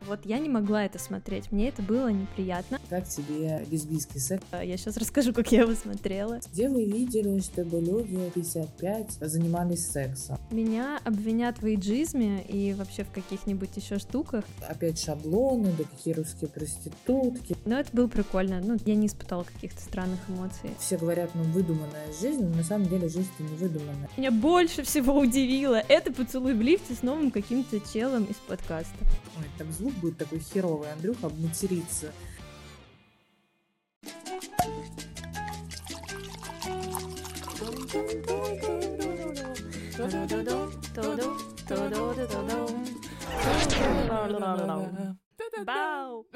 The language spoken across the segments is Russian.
Вот я не могла это смотреть, мне это было неприятно. Как тебе лесбийский секс? Я сейчас расскажу, как я его смотрела. Где вы видели, чтобы люди 55 занимались сексом? Меня обвинят в эйджизме и вообще в каких-нибудь еще штуках. Опять шаблоны, да какие русские проститутки. Но это было прикольно, я не испытала каких-то странных эмоций. Все говорят, выдуманная жизнь, но на самом деле жизнь-то не выдуманная. Меня больше всего удивило это поцелуй в лифте с новым каким-то челом из подкаста. Ой, так звук будет такой херовый, Андрюха обматерится. Бау!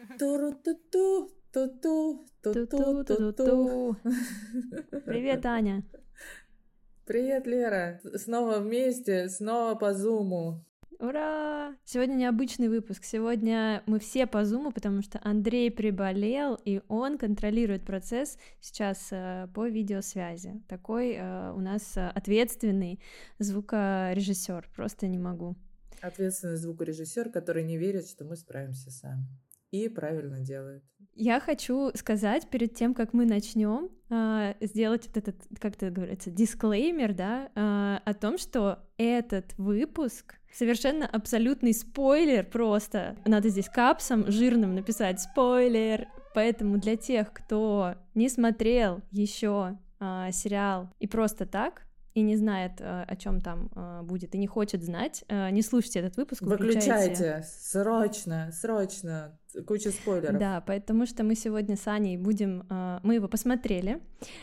Привет, Аня. Привет, Лера. Снова вместе, снова по зуму. Ура! Сегодня необычный выпуск. Сегодня мы все по зуму, потому что Андрей приболел, и он контролирует процесс сейчас по видеосвязи. Такой у нас ответственный звукорежиссер. Просто не могу. Ответственный звукорежиссер, который не верит, что мы справимся сами. И правильно делает. Я хочу сказать, перед тем, как мы начнем, сделать вот этот, как это говорится, дисклеймер, да, о том, что этот выпуск совершенно абсолютный спойлер просто. Надо здесь капсом жирным написать «спойлер». Поэтому для тех, кто не смотрел еще сериал и просто так, и не знает, о чем там будет, и не хочет знать, не слушайте этот выпуск. Выключайте. Срочно, куча спойлеров. Да, потому что мы сегодня с Аней будем... Мы его посмотрели,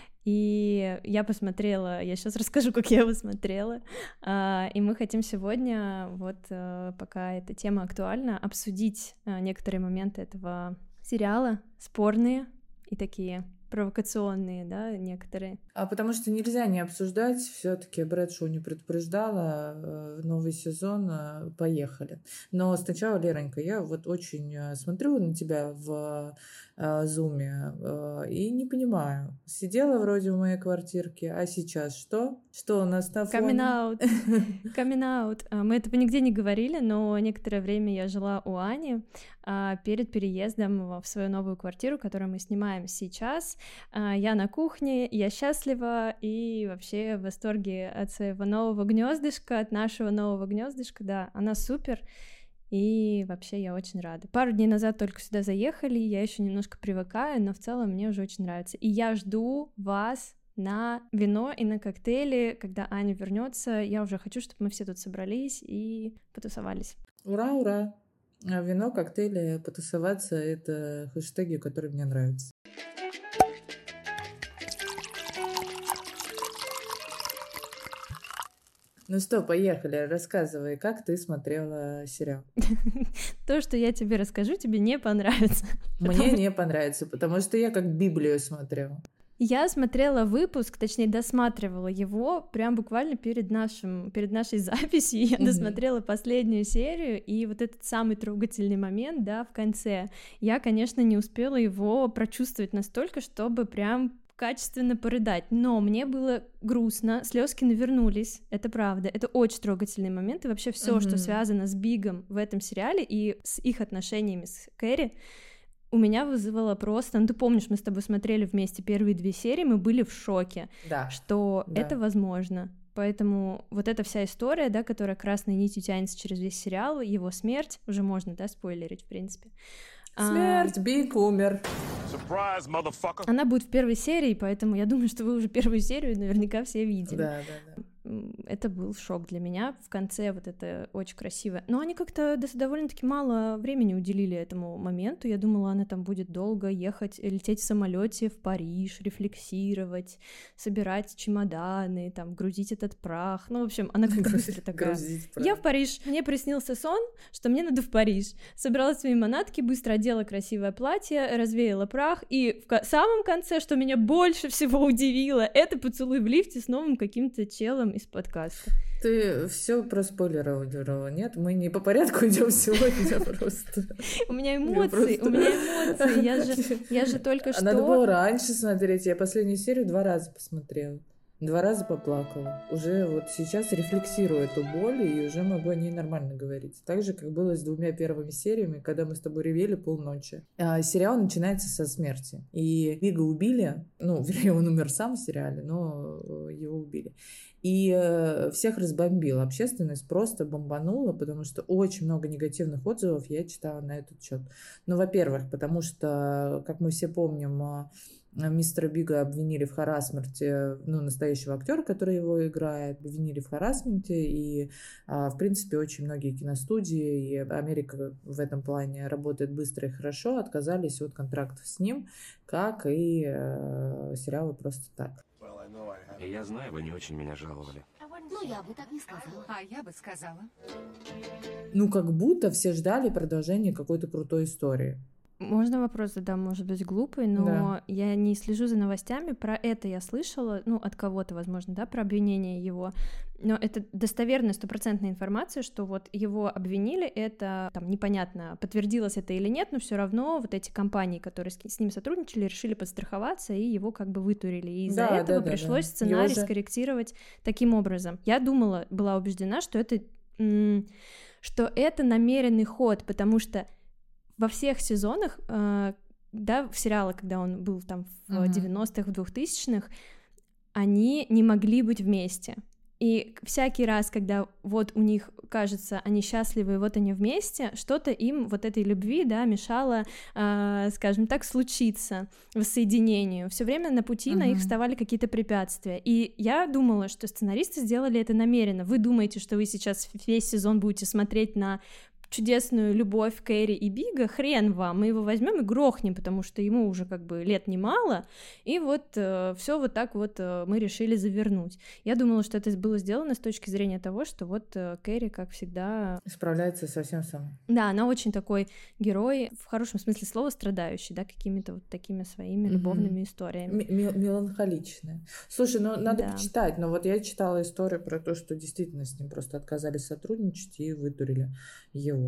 и я посмотрела, я сейчас расскажу, как я его смотрела, и мы хотим сегодня, вот пока эта тема актуальна, обсудить некоторые моменты этого сериала, спорные и такие провокационные, да, некоторые. Потому что нельзя не обсуждать, все-таки Брэдшоу не предупреждала, новый сезон, поехали. Но сначала, Леронька, я вот очень смотрю на тебя в зуме и не понимаю. Сидела вроде в моей квартирке, а сейчас что? Что у нас на фоне? Камин-аут. Мы этого нигде не говорили, но некоторое время я жила у Ани перед переездом в свою новую квартиру, которую мы снимаем сейчас. Я на кухне, я счастлива и вообще в восторге от своего нового гнездышка, от нашего нового гнездышка, да, она супер. И вообще я очень рада. Пару дней назад только сюда заехали, я еще немножко привыкаю, но в целом мне уже очень нравится. И я жду вас на вино и на коктейли, когда Аня вернется. Я уже хочу, чтобы мы все тут собрались и потусовались. Ура, ура! Вино, коктейли, потусоваться — это хэштеги, которые мне нравятся. Ну что, поехали, рассказывай, как ты смотрела сериал. То, что я тебе расскажу, тебе не понравится. Мне не понравится, потому что я как Библию смотрела. Я смотрела выпуск, точнее, досматривала его прям буквально перед нашей записью. Я досмотрела последнюю серию, и вот этот самый трогательный момент, да, в конце, я, конечно, не успела его прочувствовать настолько, чтобы прям качественно порыдать, но мне было грустно, слезки навернулись, это правда, это очень трогательный момент, и вообще все, что связано с Бигом в этом сериале и с их отношениями с Кэрри, у меня вызывало просто... ты помнишь, мы с тобой смотрели вместе первые 2 серии, мы были в шоке, что это возможно. Поэтому вот эта вся история, да, которая красной нитью тянется через весь сериал, его смерть, уже можно, да, спойлерить, в принципе. Смерть, Биг умер. Surprise, motherfucker. Она будет в первой серии, поэтому я думаю, что вы уже первую серию наверняка все видели. Да. Это был шок для меня. В конце вот это очень красиво. Но они как-то довольно-таки мало времени уделили этому моменту. Я думала, она там будет долго ехать, лететь в самолете в Париж, рефлексировать, собирать чемоданы, там, грузить этот прах. Ну, в общем, она как-то быстро такая. Я в Париж. Мне приснился сон, что мне надо в Париж. Собрала свои манатки, быстро одела красивое платье, развеяла прах. И в самом конце, что меня больше всего удивило, это поцелуй в лифте с новым каким-то челом из подкаста. Ты все проспойлерила, нет? Мы не по порядку идем сегодня просто. У меня эмоции. Я же только что... Надо было раньше смотреть. Я последнюю серию 2 раза посмотрела. 2 раза поплакала. Уже вот сейчас рефлексирую эту боль и уже могу о ней нормально говорить. Так же, как было с 2 первыми сериями, когда мы с тобой ревели полночи. Сериал начинается со смерти. И Бига убили. Ну, вернее, он умер сам в сериале, но его убили. И всех разбомбила. Общественность просто бомбанула, потому что очень много негативных отзывов я читала на этот счет. Ну, во-первых, потому что, как мы все помним, мистера Бига обвинили в харассменте, ну, настоящего актера, который его играет, обвинили в харассменте, и, в принципе, очень многие киностудии, и Америка в этом плане работает быстро и хорошо, отказались от контрактов с ним, как и сериалы «Просто так». Я знаю, вы не очень меня жаловали. Ну, я бы так не сказала. А я бы сказала. Ну, как будто все ждали продолжения какой-то крутой истории. Можно вопрос задам, может быть, глупый, но Да. я не слежу за новостями, про это я слышала, ну, от кого-то, возможно, да, про обвинение его, но это достоверная, стопроцентная информация, что вот его обвинили, это, там, непонятно, подтвердилось это или нет, но все равно вот эти компании, которые с ним сотрудничали, решили подстраховаться, и его как бы вытурили, и из-за этого пришлось сценарий скорректировать таким образом. Я думала, была убеждена, что это намеренный ход, потому что во всех сезонах, да, в сериалах, когда он был там в 90-х, в 2000-х, они не могли быть вместе. И всякий раз, когда вот у них, кажется, они счастливы, и вот они вместе, что-то им вот этой любви, да, мешало, скажем так, случиться, воссоединению. Все время на пути на их вставали какие-то препятствия. И я думала, что сценаристы сделали это намеренно. Вы думаете, что вы сейчас весь сезон будете смотреть на чудесную любовь Кэрри и Бига, хрен вам, мы его возьмем и грохнем, потому что ему уже как бы лет немало, и вот все вот так вот мы решили завернуть. Я думала, что это было сделано с точки зрения того, что вот Кэрри, как всегда... Справляется совсем сама. Да, она очень такой герой, в хорошем смысле слова, страдающий, да, какими-то вот такими своими любовными историями. Меланхоличная. Слушай, ну надо почитать, но вот я читала историю про то, что действительно с ним просто отказались сотрудничать и вытурили его.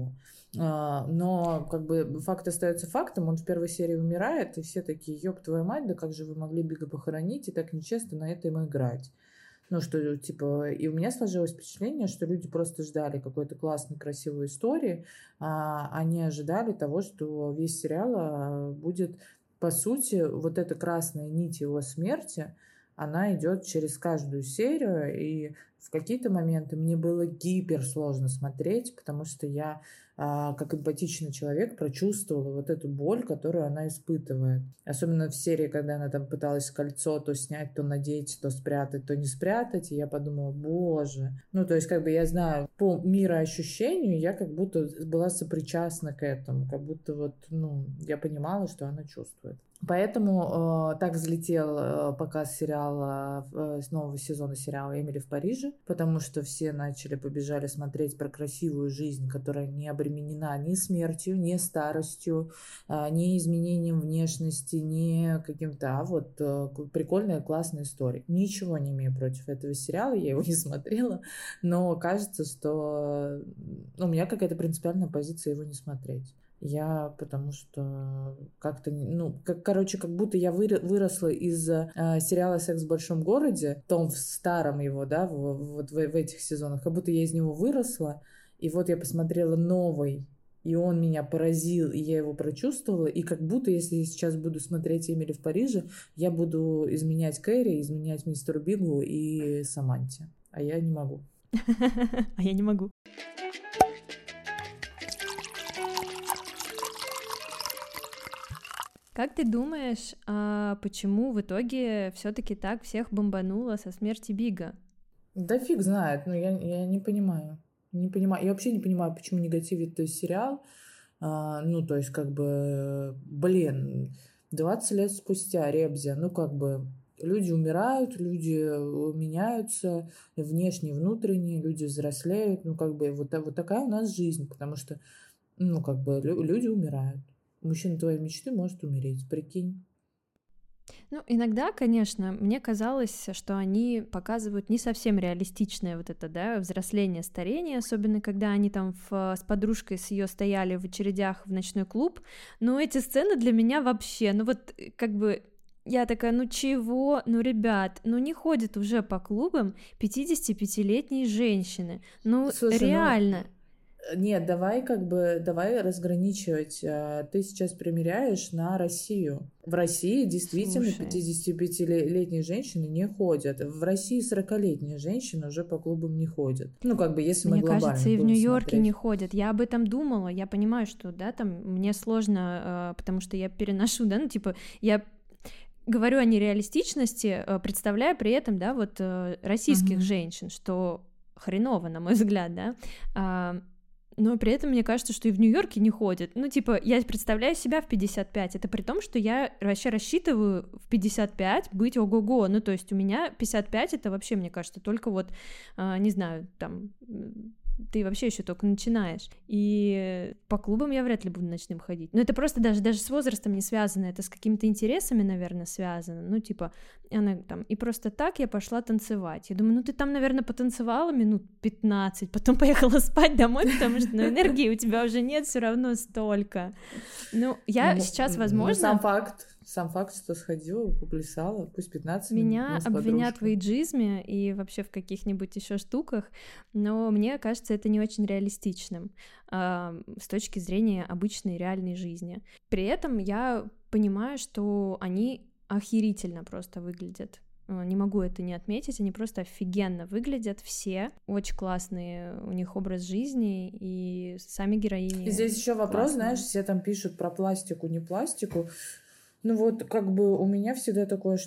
Но как бы факт остается фактом, он в первой серии умирает, и все такие: ёб твою мать, да как же вы могли Бига похоронить и так нечестно на это им играть. Ну, что, типа, и у меня сложилось впечатление, что люди просто ждали какой-то классной, красивой истории, они ожидали того, что весь сериал будет, по сути, вот эта красная нить его смерти, она идет через каждую серию, и в какие-то моменты мне было гиперсложно смотреть, потому что я, как эмпатичный человек, прочувствовала вот эту боль, которую она испытывает. Особенно в серии, когда она там пыталась кольцо то снять, то надеть, то спрятать, то не спрятать, и я подумала: боже. Ну, то есть, как бы я знаю, по мироощущению я как будто была сопричастна к этому, как будто вот, ну, я понимала, что она чувствует. Поэтому так взлетел показ сериала, с нового сезона сериала «Эмили в Париже», потому что все побежали смотреть про красивую жизнь, которая не обременена ни смертью, ни старостью, ни изменением внешности, ни каким-то, вот прикольная, классная история. Ничего не имею против этого сериала, я его не смотрела, но кажется, что у меня какая-то принципиальная позиция его не смотреть. Потому что как-то, как будто я выросла из сериала «Секс в большом городе», в старом его, да, вот в этих сезонах, как будто я из него выросла, и вот я посмотрела новый, и он меня поразил, и я его прочувствовала, и как будто, если я сейчас буду смотреть «Эмили в Париже», я буду изменять Кэрри, изменять мистеру Бигу и Саманте, а я не могу. А я не могу. Как ты думаешь, почему в итоге все-таки так всех бомбануло со смерти Бига? Да фиг знает, я не понимаю. Я вообще не понимаю, почему негативит сериал. То есть, 20 лет спустя Ребзя, люди умирают, люди меняются, внешне, внутренне, люди взрослеют, вот такая у нас жизнь, потому что, люди умирают. Мужчина твоей мечты может умереть, прикинь. Иногда, конечно, мне казалось, что они показывают не совсем реалистичное вот это, да, взросление, старение, особенно когда они там с подружкой с ее стояли в очередях в ночной клуб, но эти сцены для меня вообще, Я такая, ну чего? Ну, ребят, ну не ходят уже по клубам 55-летние женщины. Ну, Слушай, реально. Нет, давай разграничивать. Ты сейчас примеряешь на Россию. В России действительно Слушай. 55-летние женщины не ходят. В России 40-летние женщины уже по клубам не ходят. Ну, как бы, если мы Мне глобально кажется, и в будем Нью-Йорке смотреть. не ходят. Я об этом думала. Я понимаю, что, да, там мне сложно, потому что я переношу, да, ну, типа, я говорю о нереалистичности, представляя при этом, да, вот российских женщин, что хреново, на мой взгляд, да, но при этом мне кажется, что и в Нью-Йорке не ходят. Ну, типа, я представляю себя в 55, это при том, что я вообще рассчитываю в 55 быть ого-го, ну, то есть у меня 55 это вообще, мне кажется, только вот, не знаю, там, ты вообще еще только начинаешь. И по клубам я вряд ли буду ночным ходить. Но это просто даже с возрастом не связано, это с какими-то интересами, наверное, связано. Ну, типа, она там, и просто так я пошла танцевать. Я думаю, ну ты там, наверное, потанцевала минут 15, потом поехала спать домой, потому что, ну, энергии у тебя уже нет все равно столько. Ну, я сейчас, возможно... Сам факт, что сходила, поплясала, пусть 15 минут. Меня обвинят в эйджизме и вообще в каких-нибудь еще штуках, но мне кажется, это не очень реалистичным с точки зрения обычной реальной жизни. При этом я понимаю, что они охерительно просто выглядят. Не могу это не отметить, они просто офигенно выглядят все, очень классные у них образ жизни, и сами героини. И здесь еще вопрос, классные. знаешь, все там пишут про пластику, не пластику. Ну вот, как бы у меня всегда такое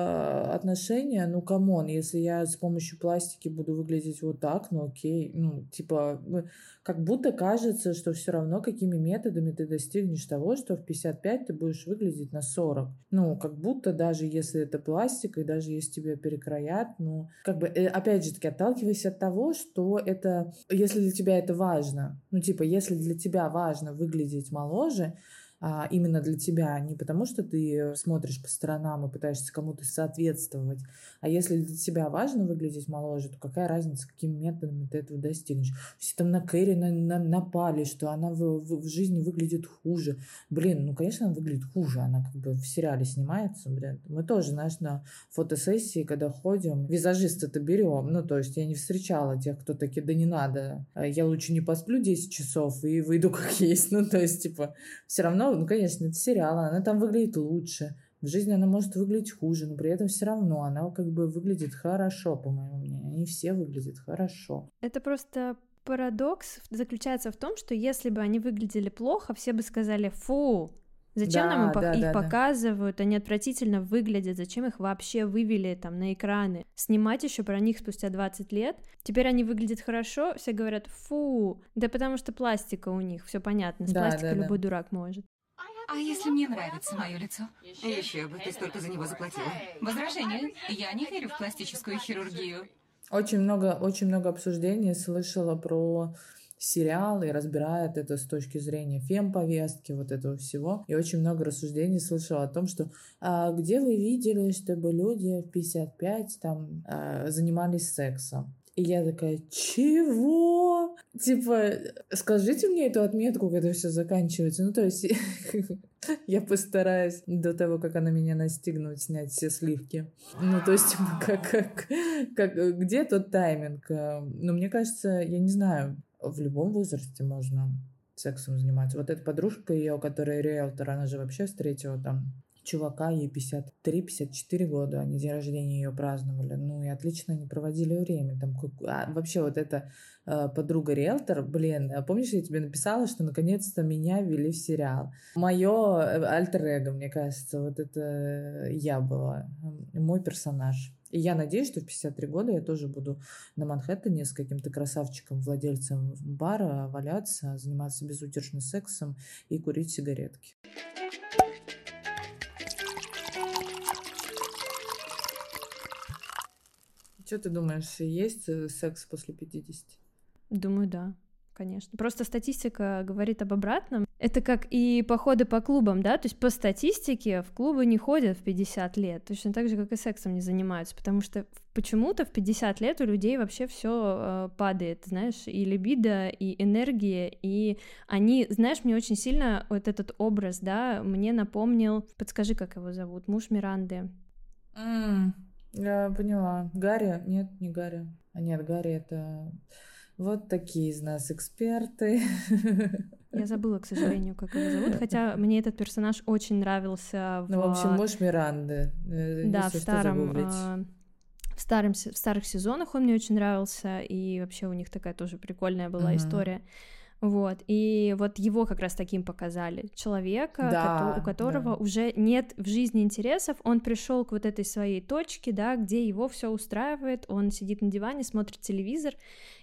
отношение, ну, камон, если я с помощью пластики буду выглядеть вот так, ну, окей, ну, типа, как будто кажется, что все равно какими методами ты достигнешь того, что в 55 ты будешь выглядеть на 40. Ну, как будто даже если это пластик, и даже если тебя перекроят, ну, как бы, опять же таки, отталкиваясь от того, что это, если для тебя это важно, ну, типа, если для тебя важно выглядеть моложе, именно для тебя, не потому что ты смотришь по сторонам и пытаешься кому-то соответствовать, а если для тебя важно выглядеть моложе, то какая разница, какими методами ты этого достигнешь. Все там на Кэрри напали, что она в жизни выглядит хуже. Блин, ну, конечно, она выглядит хуже, она как бы в сериале снимается, блин. Мы тоже, знаешь, на фотосессии, когда ходим, визажиста-то берем, ну, то есть я не встречала тех, кто такие, да не надо, я лучше не посплю 10 часов и выйду как есть, ну, то есть, типа, все равно, ну, конечно, это сериал, она там выглядит лучше. В жизни она может выглядеть хуже, но при этом все равно она как бы выглядит хорошо, по моему мнению. Они все выглядят хорошо. Это просто парадокс заключается в том, что если бы они выглядели плохо, все бы сказали: фу, зачем нам их показывают, они отвратительно выглядят, зачем их вообще вывели там на экраны, снимать еще про них спустя 20 лет, теперь они выглядят хорошо, все говорят: фу, да потому что пластика у них, все понятно, с пластикой любой дурак может. А если мне нравится мое лицо? Еще бы, ты столько за него заплатила. Возражение? Я не верю в пластическую хирургию. Очень много обсуждений слышала про сериал и разбирает это с точки зрения фем-повестки, вот этого всего. И очень много рассуждений слышала о том, что где вы видели, чтобы люди в 55 там занимались сексом? И я такая: чего? Типа, скажите мне эту отметку, когда все заканчивается. Ну, то есть, я постараюсь до того, как она меня настигнет, снять все сливки. Ну, то есть, где тот тайминг? Ну, мне кажется, я не знаю, в любом возрасте можно сексом заниматься. Вот эта подружка ее, которая риэлтор, она же вообще встретила там чувака, ей 53-54 года, они день рождения ее праздновали, ну и отлично они проводили время. Там, вообще вот эта подруга-риэлтор, блин, помнишь, я тебе написала, что наконец-то меня ввели в сериал? Мое альтер-эго, мне кажется, вот это я была, мой персонаж. И я надеюсь, что в 53 года я тоже буду на Манхэттене с каким-то красавчиком, владельцем бара, валяться, заниматься безудержным сексом и курить сигаретки. Что ты думаешь, есть секс после 50? Думаю, да. конечно. Просто статистика говорит об обратном. Это как и походы по клубам, да, то есть по статистике в клубы не ходят в 50 лет, точно так же, как и сексом не занимаются, потому что почему-то в 50 лет у людей вообще все падает, знаешь, и либидо, и энергия, и они, знаешь, мне очень сильно вот этот образ, да, мне напомнил, подскажи, как его зовут, муж Миранды. Я поняла. Гарри? Нет, не Гарри. Нет, Гарри это... Вот такие из нас эксперты. Я забыла, к сожалению, как его зовут, хотя мне этот персонаж очень нравился. Ну, в общем, муж Миранды. Да, в старых сезонах он мне очень нравился, и вообще у них такая тоже прикольная была история. Вот, и вот его как раз таким показали. Человека, у которого уже нет в жизни интересов, он пришел к вот этой своей точке, да, где его все устраивает, он сидит на диване, смотрит телевизор,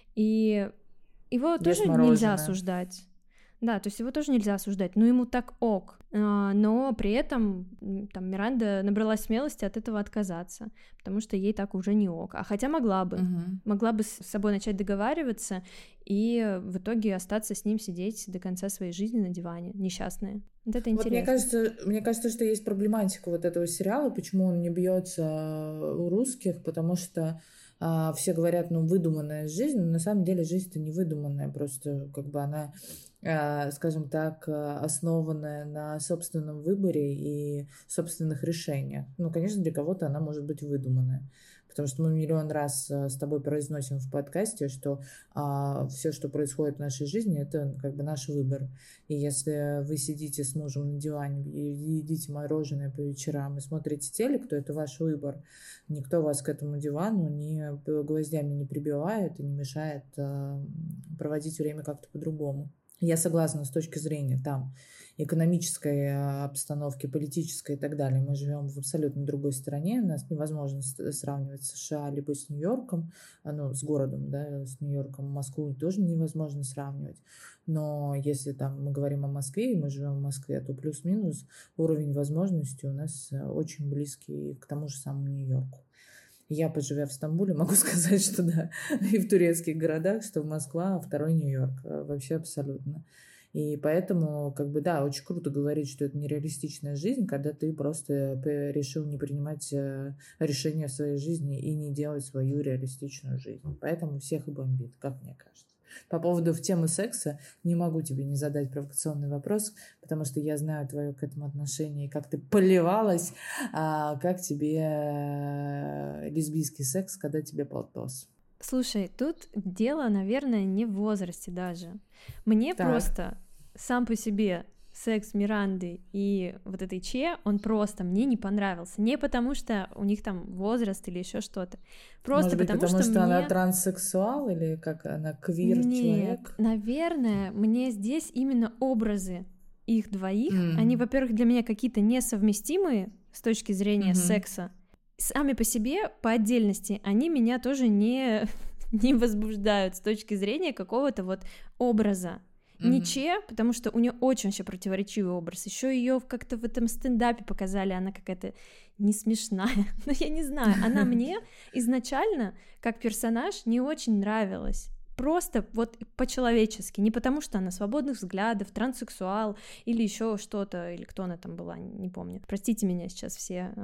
и его тоже нельзя осуждать. Да, то есть его тоже нельзя осуждать, но ему так ок. Но при этом там Миранда набралась смелости от этого отказаться, потому что ей так уже не ок. А хотя могла бы с собой начать договариваться и в итоге остаться с ним сидеть до конца своей жизни на диване, несчастная. Вот это интересно. Вот мне кажется, что есть проблематика вот этого сериала, почему он не бьется у русских, потому что все говорят, выдуманная жизнь, но на самом деле жизнь-то не выдуманная, просто как бы она, скажем так, основанная на собственном выборе и собственных решениях. Конечно, для кого-то она может быть выдуманная, потому что мы миллион раз с тобой произносим в подкасте, что все, что происходит в нашей жизни, это как бы наш выбор. И если вы сидите с мужем на диване и едите мороженое по вечерам и смотрите телек, то это ваш выбор. Никто вас к этому дивану гвоздями не прибивает и не мешает проводить время как-то по-другому. Я согласна с точки зрения там экономической обстановки, политической и так далее. Мы живем в абсолютно другой стране, нас невозможно сравнивать с США либо с Нью-Йорком, с городом, да, с Нью-Йорком, Москву тоже невозможно сравнивать. Но если там мы говорим о Москве, и мы живем в Москве, то плюс-минус уровень возможностей у нас очень близкий к тому же самому Нью-Йорку. Я, поживя в Стамбуле, могу сказать, что да, и в турецких городах, что Москва, второй Нью-Йорк, вообще абсолютно. И поэтому, очень круто говорить, что это нереалистичная жизнь, когда ты просто решил не принимать решения в своей жизни и не делать свою реалистичную жизнь. Поэтому всех и бомбит, как мне кажется. По поводу темы секса не могу тебе не задать провокационный вопрос, потому что я знаю твое к этому отношение, как ты поливалась, как тебе лесбийский секс, когда тебе полтос. Слушай, тут дело, наверное, не в возрасте даже. Мне просто сам по себе секс Миранды и вот этой Че, он просто мне не понравился. Не потому, что у них там возраст или еще что-то. Просто Может быть, потому что она транссексуал или как она квир-человек? Нет, наверное, мне здесь именно образы их двоих, они, во-первых, для меня какие-то несовместимые с точки зрения секса. Сами по себе, по отдельности, они меня тоже не возбуждают с точки зрения какого-то вот образа. Не Че, потому что у нее очень вообще противоречивый образ. Еще ее как-то в этом стендапе показали, она какая-то не смешная. Но я не знаю, она мне изначально как персонаж не очень нравилась. Просто вот по-человечески, не потому что она свободных взглядов, транссексуал или еще что-то, или кто она там была, не помню. Простите меня сейчас все,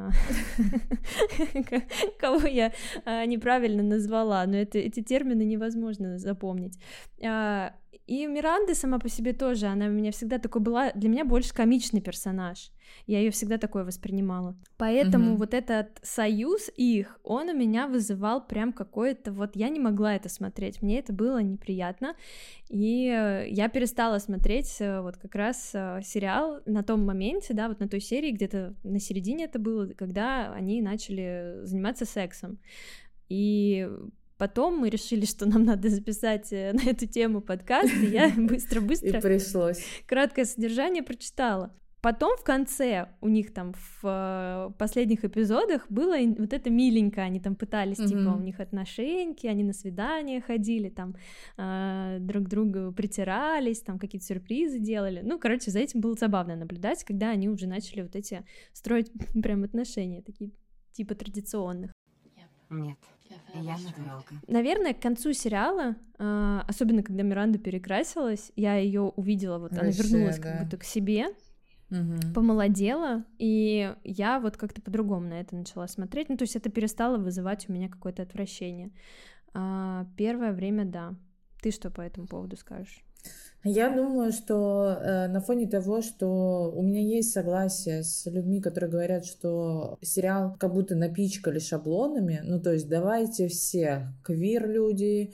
кого я неправильно назвала, но эти термины невозможно запомнить. И Миранда сама по себе тоже, она у меня всегда такой была, для меня больше комичный персонаж. Я ее всегда такой воспринимала. Поэтому вот этот союз их, он у меня вызывал прям какое-то... Вот я не могла это смотреть, мне это было неприятно. И я перестала смотреть вот как раз сериал на том моменте, да, вот на той серии, где-то на середине это было, когда они начали заниматься сексом. И... Потом мы решили, что нам надо записать на эту тему подкаст, и я быстро-быстро... И пришлось. Краткое содержание прочитала. Потом в конце у них там в последних эпизодах было вот это миленько, они там пытались, типа, у них отношеньки, они на свидания ходили, там друг к другу притирались, там какие-то сюрпризы делали. Короче, за этим было забавно наблюдать, когда они уже начали вот эти строить прям отношения, такие типа традиционных. Нет, я надолго. Наверное, к концу сериала, особенно когда Миранда перекрасилась, я ее увидела, вот она вернулась как будто к себе, помолодела, и я вот как-то по-другому на это начала смотреть. Ну, то есть это перестало вызывать у меня какое-то отвращение. Первое время, да. Ты что по этому поводу скажешь? Я думаю, что на фоне того, что у меня есть согласие с людьми, которые говорят, что сериал как будто напичкали шаблонами, ну то есть давайте все квир-люди,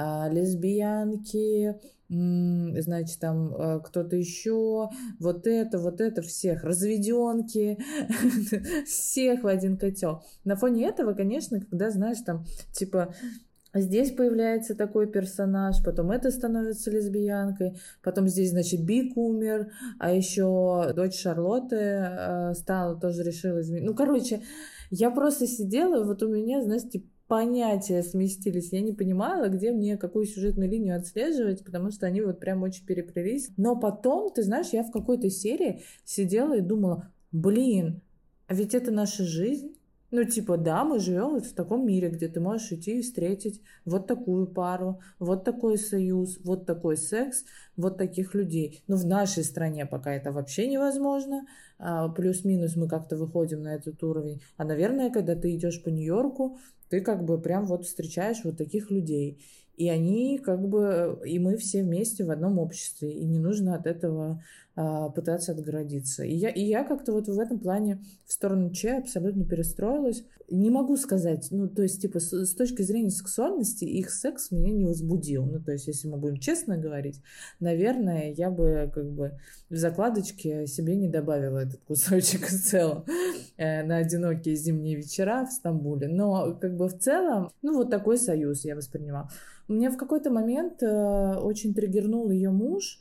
лесбиянки, значит, там кто-то еще, вот это, всех, разведенки, всех в один котел. На фоне этого, конечно, когда, знаешь, там, типа, здесь появляется такой персонаж, потом это становится лесбиянкой, потом здесь, значит, Бик умер, а еще дочь Шарлотты стала, тоже решила изменить. Ну, короче, я просто сидела, и вот у меня, знаешь, типа, понятия сместились. Я не понимала, где мне какую сюжетную линию отслеживать, потому что они вот прям очень переплелись. Но потом, ты знаешь, я в какой-то серии сидела и думала, блин, а ведь это наша жизнь. Ну, типа, да, мы живем вот в таком мире, где ты можешь идти и встретить вот такую пару, вот такой союз, вот такой секс, вот таких людей. Но в нашей стране пока это вообще невозможно. Плюс-минус мы как-то выходим на этот уровень. А, наверное, когда ты идешь по Нью-Йорку, ты как бы прям вот встречаешь вот таких людей. И они как бы, и мы все вместе в одном обществе. И не нужно от этого пытаться отгородиться. И я как-то вот в этом плане в сторону Че абсолютно перестроилась. Не могу сказать, ну, то есть, типа, с точки зрения сексуальности их секс меня не возбудил. Ну, то есть, если мы будем честно говорить, наверное, я бы как бы в закладочке себе не добавила этот кусочек в целом на одинокие зимние вечера в Стамбуле. Но как бы в целом, ну, вот такой союз я воспринимала. Мне в какой-то момент очень триггернул ее муж.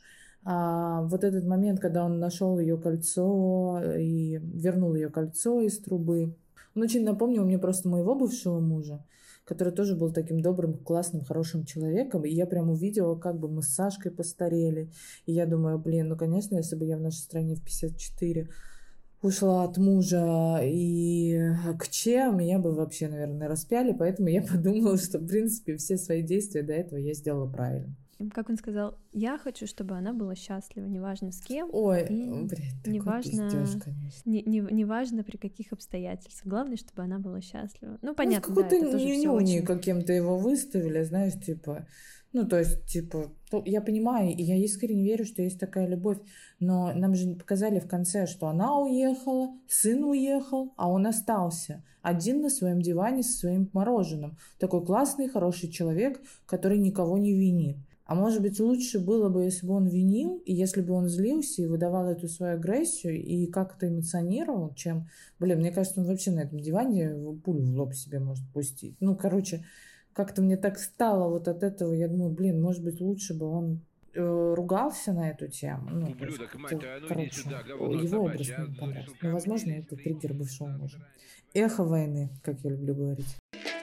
Вот этот момент, когда он нашел ее кольцо и вернул ее кольцо из трубы. Он очень напомнил мне просто моего бывшего мужа, который тоже был таким добрым, классным, хорошим человеком. И я прям увидела, как бы мы с Сашкой постарели. И я думаю, блин, ну, конечно, если бы я в нашей стране в 54 ушла от мужа и к Че, меня бы вообще, наверное, распяли. Поэтому я подумала, что, в принципе, все свои действия до этого я сделала правильно. Как он сказал, я хочу, чтобы она была счастлива, неважно с кем. Ой, блин, неважно, пиздёж, конечно. Неважно при каких обстоятельствах. Главное, чтобы она была счастлива. Ну, понятно, ну, да, это тоже всё очень... каким-то его выставили, знаешь, типа... Ну, то есть, типа, я понимаю, и я искренне верю, что есть такая любовь, но нам же показали в конце, что она уехала, сын уехал, а он остался один на своем диване со своим мороженым. Такой классный, хороший человек, который никого не винит. А может быть, лучше было бы, если бы он винил, и если бы он злился и выдавал эту свою агрессию, и как-то эмоционировал, чем... Блин, мне кажется, он вообще на этом диване пулю в лоб себе может пустить. Ну, короче, как-то мне так стало вот от этого. Я думаю, блин, может быть, лучше бы он ругался на эту тему. Ну, Ублюдок, мать твою, ну иди короче, сюда, говно его образ собачье, мне не ну, понравился. слушай, Но, возможно, ко мне, это ты триггер иди бывшего сюда, мужа. забирай. Эхо войны, как я люблю говорить.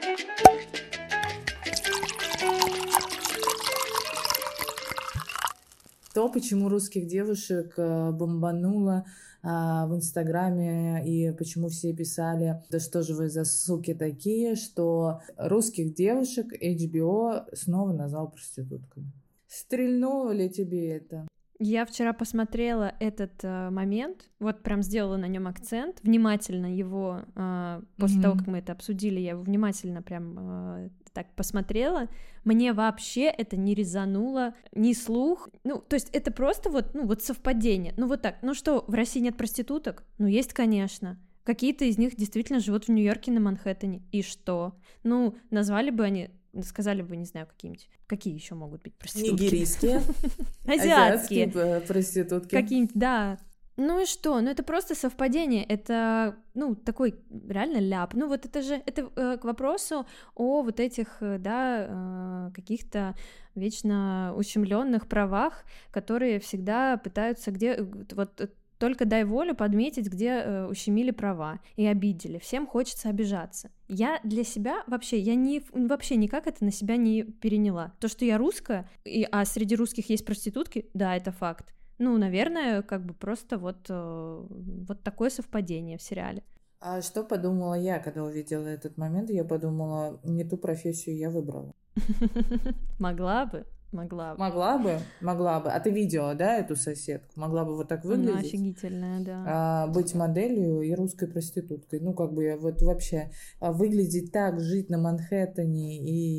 То, почему русских девушек бомбануло в Инстаграме, и почему все писали, да что же вы за суки такие, что русских девушек HBO снова назвал проститутками. Стрельнуло ли тебе это? Я вчера посмотрела этот момент, вот прям сделала на нем акцент, внимательно его, после того, как мы это обсудили, я его внимательно прям так посмотрела. Мне вообще это не резануло, ни слух, ну, то есть это просто вот, ну, вот совпадение, ну, вот так, ну что, в России нет проституток? Ну, есть, конечно. Какие-то из них действительно живут в Нью-Йорке на Манхэттене, и что? Ну, назвали бы они... Сказали бы, не знаю, какие-нибудь. Какие еще могут быть проститутки? Нигерийские. Азиатские проститутки. Какие-нибудь, да. Ну и что? Ну это просто совпадение. Это, ну, такой реально ляп. Ну вот это же, это к вопросу о вот этих, да, каких-то вечно ущемленных правах, которые всегда пытаются вот только дай волю подметить, где ущемили права и обидели. Всем хочется обижаться. Я для себя вообще никак это на себя не переняла. То, что я русская, а среди русских есть проститутки, да, это факт. Ну, наверное, как бы просто вот такое совпадение в сериале. А что подумала я, когда увидела этот момент? Я подумала, не ту профессию я выбрала. Могла бы. Могла бы. А ты видела, да, эту соседку? Могла бы вот так Она выглядеть? офигительная, да. Быть моделью и русской проституткой. Ну, как бы вот вообще выглядеть так, жить на Манхэттене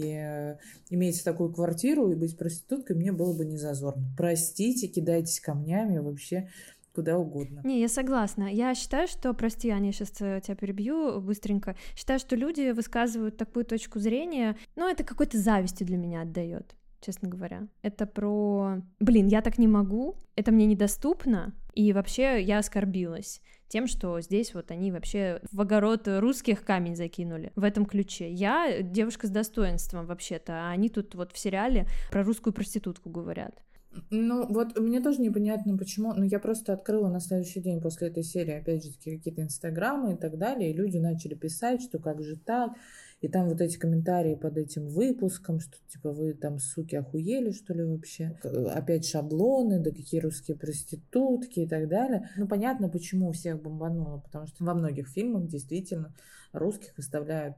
и иметь такую квартиру и быть проституткой мне было бы не зазорно. Простите, кидайтесь камнями вообще куда угодно. Не, я согласна. Я считаю, что, прости, Аня, я сейчас тебя перебью быстренько. Считаю, что люди высказывают такую точку зрения, ну, это какой-то завистью для меня отдает, честно говоря. Это про... Блин, я так не могу, это мне недоступно, и вообще я оскорбилась тем, что здесь вот они вообще в огород русских камень закинули в этом ключе. Я девушка с достоинством вообще-то, а они тут вот в сериале про русскую проститутку говорят. Ну, вот мне тоже непонятно, почему. Но я просто открыла на следующий день после этой серии, опять же, какие-то инстаграмы и так далее, и люди начали писать, что как же так. И там вот эти комментарии под этим выпуском, что типа вы там, суки, охуели, что ли, вообще. Опять шаблоны, да какие русские проститутки и так далее. Ну, понятно, почему всех бомбануло, потому что во многих фильмах действительно русских выставляют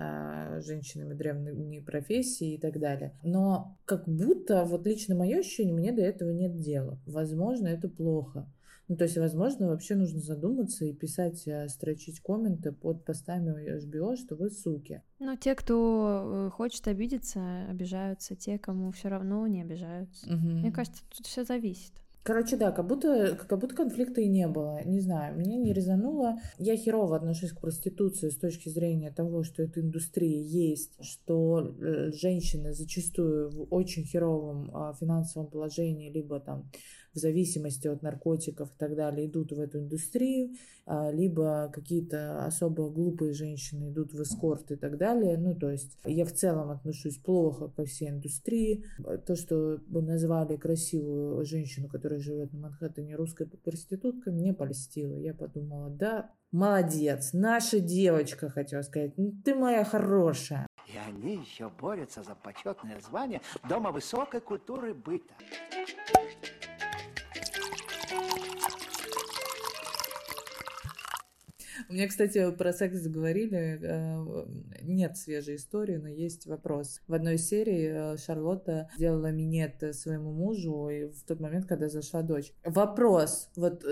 женщинами древней профессии и так далее. Но как будто, вот лично мое ощущение, мне до этого нет дела. Возможно, это плохо. Ну, то есть, возможно, вообще нужно задуматься и писать, строчить комменты под постами HBO, что вы суки. Ну, те, кто хочет обидеться, обижаются. Те, кому все равно, не обижаются. Мне кажется, тут все зависит. Короче, да, как будто конфликта и не было. Не знаю, меня не резануло. Я херово отношусь к проституции с точки зрения того, что эта индустрия есть, что женщины зачастую в очень херовом финансовом положении, либо там в зависимости от наркотиков и так далее, идут в эту индустрию, либо какие-то особо глупые женщины идут в эскорт и так далее. Ну, то есть я в целом отношусь плохо ко всей индустрии. То, что бы назвали красивую женщину, которая живет на Манхэттене, русской проституткой, мне польстило. Я подумала, да, молодец, наша девочка, хотела сказать, ну, ты моя хорошая. И они еще борются за почетное звание Дома высокой культуры быта. У меня, кстати, про секс заговорили. Нет свежей истории, но есть вопрос. В одной серии Шарлотта сделала минет своему мужу и в тот момент, когда зашла дочь. Вопрос. Вот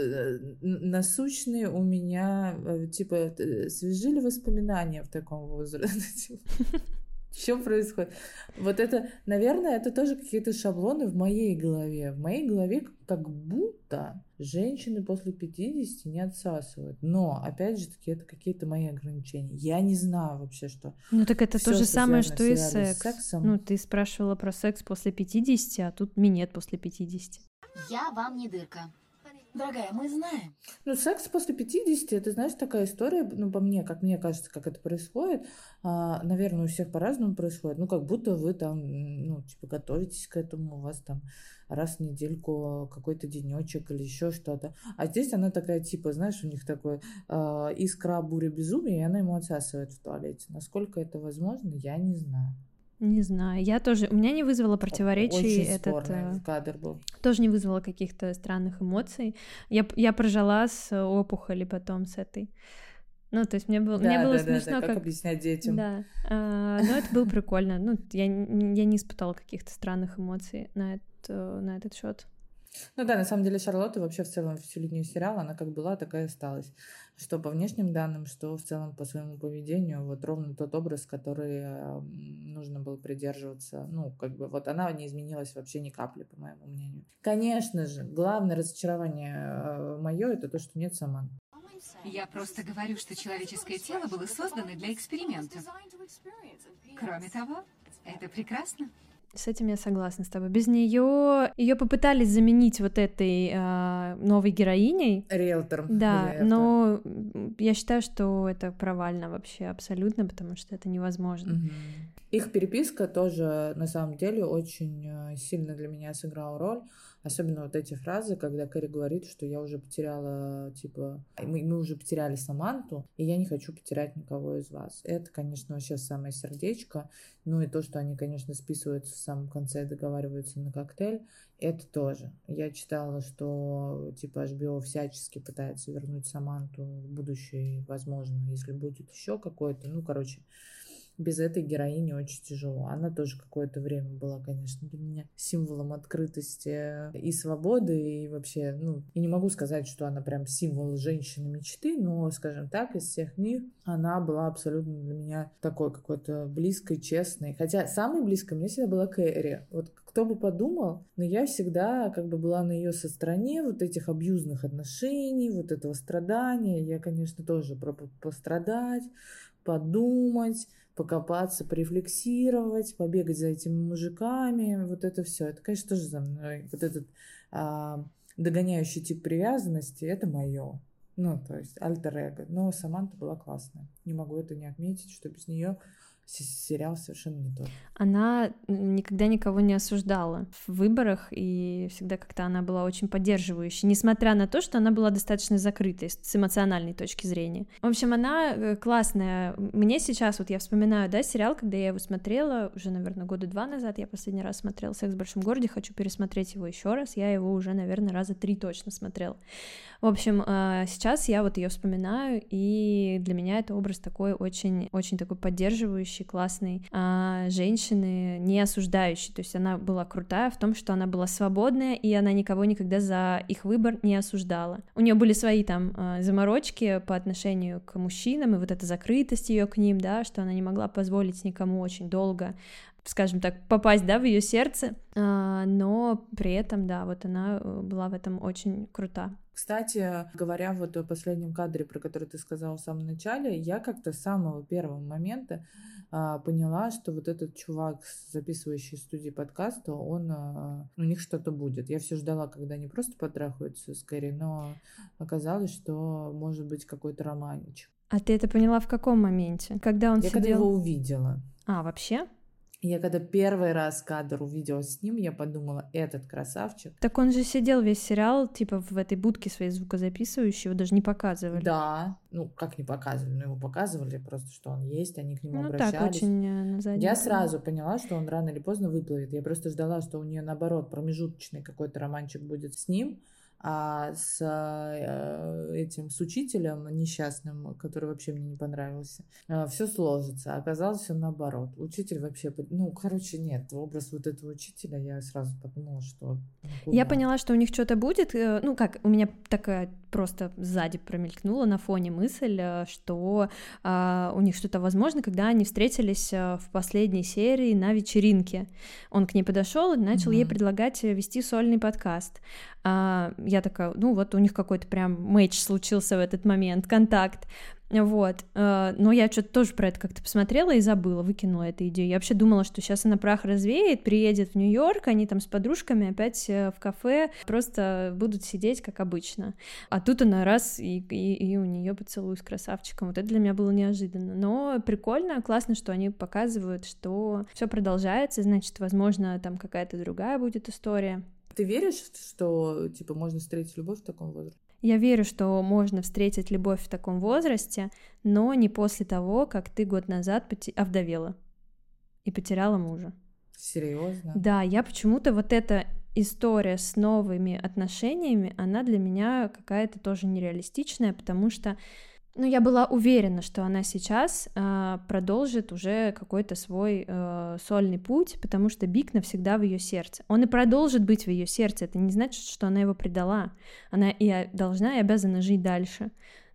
насущный у меня, типа, свежи ли воспоминания в таком возрасте? Что происходит? Вот это, наверное, это тоже какие-то шаблоны в моей голове. В моей голове как будто женщины после 50 не отсасывают. Но, опять же таки, это какие-то мои ограничения. Я не знаю вообще, что... Ну так это то же самое, что и секс. Сексом. Ну ты спрашивала про секс после 50, а тут минет после 50. Я вам не дырка. Дорогая, мы знаем. Ну, секс после 50, это, знаешь, такая история, ну, по мне, как мне кажется, как это происходит, наверное, у всех по-разному происходит, ну, как будто вы там, ну, типа, готовитесь к этому, у вас там раз в недельку какой-то денечек или еще что-то, а здесь она такая, типа, знаешь, у них такой искра, буря, безумия, и она ему отсасывает в туалете. Насколько это возможно, я не знаю. Не знаю, я тоже, у меня не вызвало противоречий. Очень спорный кадр был. Тоже не вызвало каких-то странных эмоций. Я прожила с опухоли потом с этой. Ну, то есть мне было смешно, как объяснять детям. Да, но это было прикольно. Ну, я не испытала каких-то странных эмоций на этот счет. Ну да, на самом деле Шарлотта вообще в целом всю линию сериала, она как была, такая и осталась. Что по внешним данным, что в целом по своему поведению, вот ровно тот образ, который нужно было придерживаться. Ну, как бы вот она не изменилась вообще ни капли, по моему мнению. Конечно же, главное разочарование мое это то, что нет Саман. Я просто говорю, что человеческое тело было создано для экспериментов. Кроме того, это прекрасно. С этим я согласна с тобой. Без нее попытались заменить вот этой новой героиней. Риэлтором. Да, но я считаю, что это провально вообще абсолютно, потому что это невозможно. Угу. Их переписка тоже, на самом деле, очень сильно для меня сыграла роль, Особенно вот эти фразы, когда Кэрри говорит, что я уже потеряла, типа, мы уже потеряли Саманту, и я не хочу потерять никого из вас. Это, конечно, вообще самое сердечко. Ну и то, что они, конечно, списываются в самом конце и договариваются на коктейль, это тоже. Я читала, что, типа, HBO всячески пытается вернуть Саманту в будущее, возможно, если будет еще какое-то, ну, короче, без этой героини очень тяжело. Она тоже какое-то время была, конечно, для меня символом открытости и свободы, и вообще, ну, и не могу сказать, что она прям символ женщины мечты, но, скажем так, из всех них она была абсолютно для меня такой какой-то близкой, честной. Хотя самой близкой мне всегда была Кэрри. Вот кто бы подумал, но я всегда как бы была на ее стороне вот этих абьюзных отношений, вот этого страдания. Я, конечно, тоже пробую пострадать, подумать, покопаться, порефлексировать, побегать за этими мужиками, вот это все. Это, конечно, тоже за мной. Вот этот догоняющий тип привязанности, это мое. Ну, то есть альтер-эго. Но Саманта была классная. Не могу это не отметить, что без нее сериал совершенно не тот. Она никогда никого не осуждала в выборах, и всегда как-то она была очень поддерживающей, несмотря на то, что она была достаточно закрытой с эмоциональной точки зрения. В общем, она классная. Мне сейчас, вот я вспоминаю, да, сериал, когда я его смотрела, уже, наверное, 2 года назад я последний раз смотрела «Секс в большом городе», хочу пересмотреть его еще раз, я его уже, наверное, 3 раза точно смотрела. В общем, сейчас я вот ее вспоминаю, и для меня это образ такой очень, очень такой поддерживающий, классный, женщины, не осуждающей. То есть она была крутая в том, что она была свободная, и она никого никогда за их выбор не осуждала. У нее были свои там заморочки по отношению к мужчинам, и вот эта закрытость ее к ним, да, что она не могла позволить никому очень долго, скажем так, попасть, да, в ее сердце, но при этом, да, вот она была в этом очень крута. Кстати, говоря вот о последнем кадре, про который ты сказала в самом начале, я как-то с самого первого момента поняла, что вот этот чувак, записывающий в студии подкаста, он, у них что-то будет. Я все ждала, когда они просто потрахаются с Кэрри, но оказалось, что может быть какой-то романчик. А ты это поняла в каком моменте? Когда он Я сидел... когда его увидела. Вообще? Я когда первый раз кадр увидела с ним, я подумала, этот красавчик. Так он же сидел весь сериал, типа, в этой будке своей звукозаписывающей, его даже не показывали. Да, ну, как не показывали, но его показывали, просто что он есть, они к нему обращались. Так, очень на заднем Я плане. сразу поняла, что он рано или поздно выплывет. Я просто ждала, что у нее наоборот промежуточный какой-то романчик будет с ним, а с этим, с учителем несчастным, который вообще мне не понравился, все сложится. Оказалось, все наоборот. Учитель вообще, ну, короче, нет, образ вот этого учителя, я сразу подумала, что... Я поняла, что у них что-то будет, ну, как, у меня такая просто сзади промелькнула на фоне мысль, что у них что-то возможно, когда они встретились в последней серии на вечеринке. Он к ней подошел и начал ей предлагать вести сольный подкаст. Я такая, ну вот у них какой-то прям матч случился в этот момент, контакт, вот, но я что-то тоже про это как-то посмотрела и забыла, выкинула эту идею. Я вообще думала, что сейчас она прах развеет, приедет в Нью-Йорк, они там с подружками опять в кафе просто будут сидеть, как обычно, а тут она раз, и у нее поцелуй с красавчиком. Вот это для меня было неожиданно, но прикольно, классно, что они показывают, что все продолжается, значит, возможно, там какая-то другая будет история. Ты веришь, что, типа, можно встретить любовь в таком возрасте? Я верю, что можно встретить любовь в таком возрасте, но не после того, как ты год назад овдовела и потеряла мужа. Серьезно? Да, я почему-то вот эта история с новыми отношениями, она для меня какая-то тоже нереалистичная, потому что ну, я была уверена, что она сейчас продолжит уже какой-то свой сольный путь, потому что Биг навсегда в ее сердце. Он и продолжит быть в ее сердце. Это не значит, что она его предала. Она и должна, и обязана жить дальше.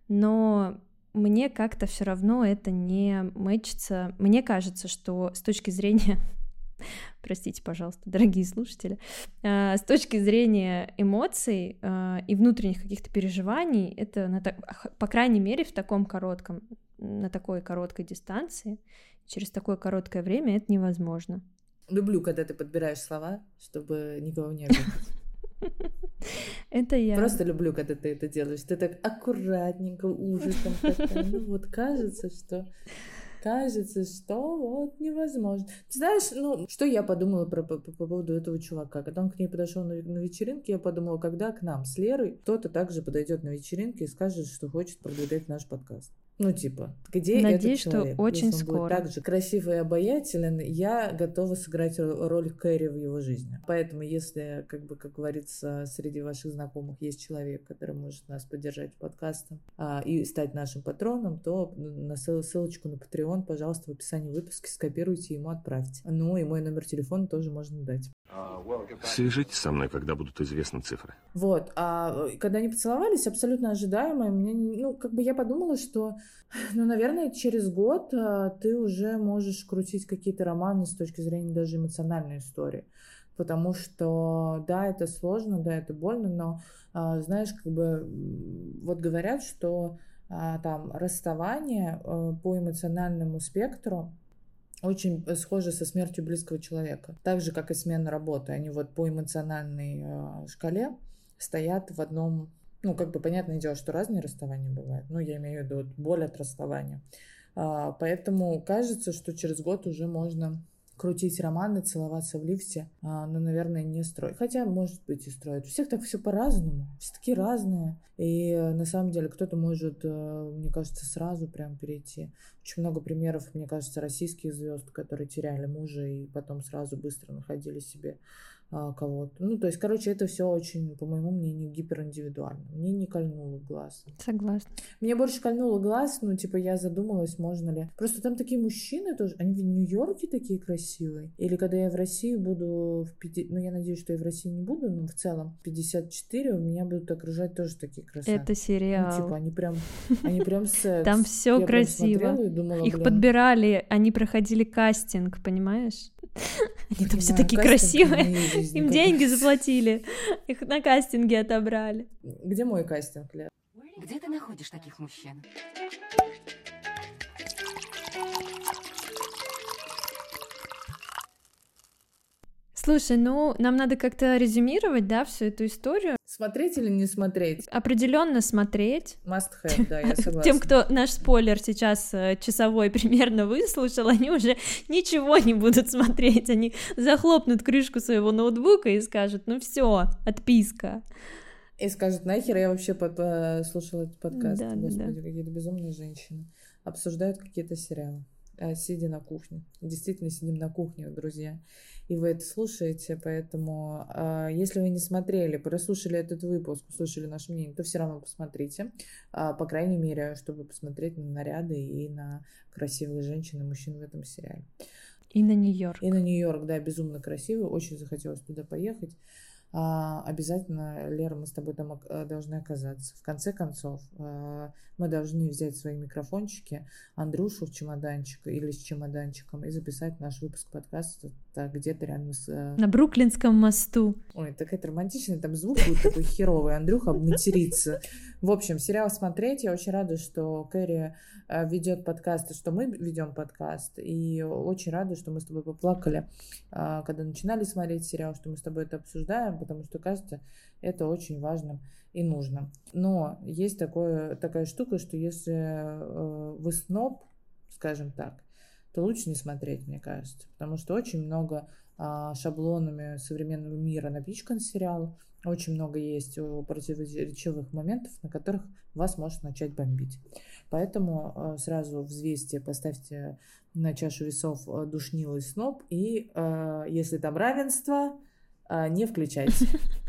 Но мне как-то все равно это не мэчится. Мне кажется, что с точки зрения... Простите, пожалуйста, дорогие слушатели, с точки зрения эмоций и внутренних каких-то переживаний, это, по крайней мере, в таком коротком, на такой короткой дистанции, через такое короткое время это невозможно. Люблю, когда ты подбираешь слова, чтобы никого не обидеть. Это я. Просто люблю, когда ты это делаешь. Ты так аккуратненько, ужасом такая. Ну вот кажется, что кажется, что вот невозможно. Ты знаешь, что я подумала по поводу этого чувака? Когда он к ней подошел на вечеринке, я подумала, когда к нам с Лерой кто-то также подойдет на вечеринке и скажет, что хочет продвигать наш подкаст. Где Надеюсь, этот человек? Что очень Если он скоро. будет так же красивый и обаятелен, я готова сыграть роль Кэрри в его жизни. Поэтому, если, как говорится, среди ваших знакомых есть человек, который может нас поддержать подкастом и стать нашим патроном, то на ссылочку на Patreon, пожалуйста, в описании выпуска скопируйте, ему отправьте. И мой номер телефона тоже можно дать. Свяжитесь со мной, когда будут известны цифры. Вот. А когда они поцеловались, абсолютно ожидаемо, я подумала, что, наверное, через год ты уже можешь крутить какие-то романы с точки зрения даже эмоциональной истории. Потому что, да, это сложно, да, это больно, но, знаешь, вот говорят, что там расставание по эмоциональному спектру очень схоже со смертью близкого человека. Так же, как и смена работы. Они вот по эмоциональной шкале стоят в одном... понятное дело, что разные расставания бывают. Я имею в виду боль от расставания. Поэтому кажется, что через год уже можно крутить романы, целоваться в лифте, но, наверное, не строить. Хотя, может быть, и строят. У всех так все по-разному. Все такие разные. И на самом деле кто-то может, мне кажется, сразу прям перейти. Очень много примеров, мне кажется, российских звезд, которые теряли мужа и потом сразу быстро находили себе кого-то. То есть, это все очень, по моему мнению, гипериндивидуально. Мне не кольнуло глаз. Согласна. Мне больше кольнуло глаз, я задумалась, можно ли. Просто там такие мужчины тоже, они в Нью-Йорке такие красивые. Или когда я в России буду, я надеюсь, что я в России не буду, но в целом 54, у меня будут окружать тоже такие красавцы. Это сериал. Они прям секс. Там все красиво. Их подбирали, они проходили кастинг, понимаешь? Они там все такие красивые. Им деньги заплатили, их на кастинге отобрали. Где мой кастинг, Лер? Где ты находишь таких мужчин? Слушай, нам надо как-то резюмировать, да, всю эту историю. Смотреть или не смотреть? Определенно смотреть. Must have, да, я согласна. Тем, кто наш спойлер сейчас часовой примерно выслушал, они уже ничего не будут смотреть. Они захлопнут крышку своего ноутбука и скажут, все, отписка. И скажут, нахер я вообще слушала этот подкаст. Да, Господи, какие-то безумные женщины. Обсуждают какие-то сериалы, сидя на кухне. Действительно, сидим на кухне, друзья. И вы это слушаете, поэтому если вы не смотрели, прослушали этот выпуск, послушали наше мнение, то все равно посмотрите, по крайней мере, чтобы посмотреть на наряды и на красивых женщин и мужчин в этом сериале. И на Нью-Йорк. И на Нью-Йорк, да, безумно красивый, очень захотелось туда поехать. Обязательно, Лера, мы с тобой там должны оказаться. В конце концов, мы должны взять свои микрофончики, Андрюшу в чемоданчик или с чемоданчиком и записать наш выпуск подкаста где-то рядом с... На Бруклинском мосту. Ой, такая романтичная, там звук будет такой херовый, Андрюха обматерится. В общем, сериал смотреть. Я очень рада, что Кэрри ведет подкаст, и что мы ведем подкаст. И очень рада, что мы с тобой поплакали, когда начинали смотреть сериал, что мы с тобой это обсуждаем, потому что, кажется, это очень важным и нужно. Но есть такая штука, что если вы сноб, скажем так, то лучше не смотреть, мне кажется, потому что очень много шаблонами современного мира напичкан сериал, очень много есть противоречивых моментов, на которых вас может начать бомбить. Поэтому сразу взвесьте, поставьте на чашу весов душнилый сноб, и если там равенство, не включайте.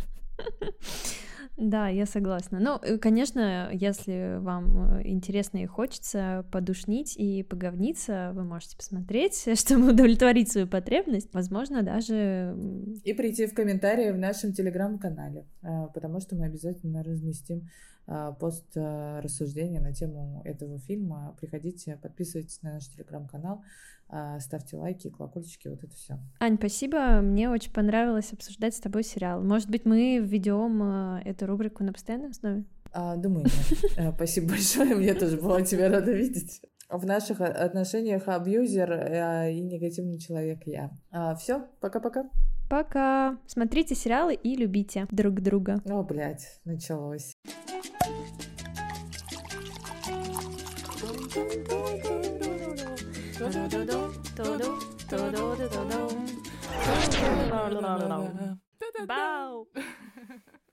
Да, я согласна. Конечно, если вам интересно и хочется подушнить и поговниться, вы можете посмотреть, чтобы удовлетворить свою потребность, возможно, даже... И прийти в комментарии в нашем телеграм-канале, потому что мы обязательно разместим пост рассуждения на тему этого фильма. Приходите, подписывайтесь на наш телеграм-канал, ставьте лайки, колокольчики, вот это все. Ань, спасибо, мне очень понравилось обсуждать с тобой сериал. Может быть, мы введем эту рубрику на постоянной основе? Думаю, нет. Спасибо большое, мне тоже было тебя рада видеть. В наших отношениях абьюзер и негативный человек я. Все, пока-пока. Пока. Смотрите сериалы и любите друг друга. О, блядь, началось. Бау!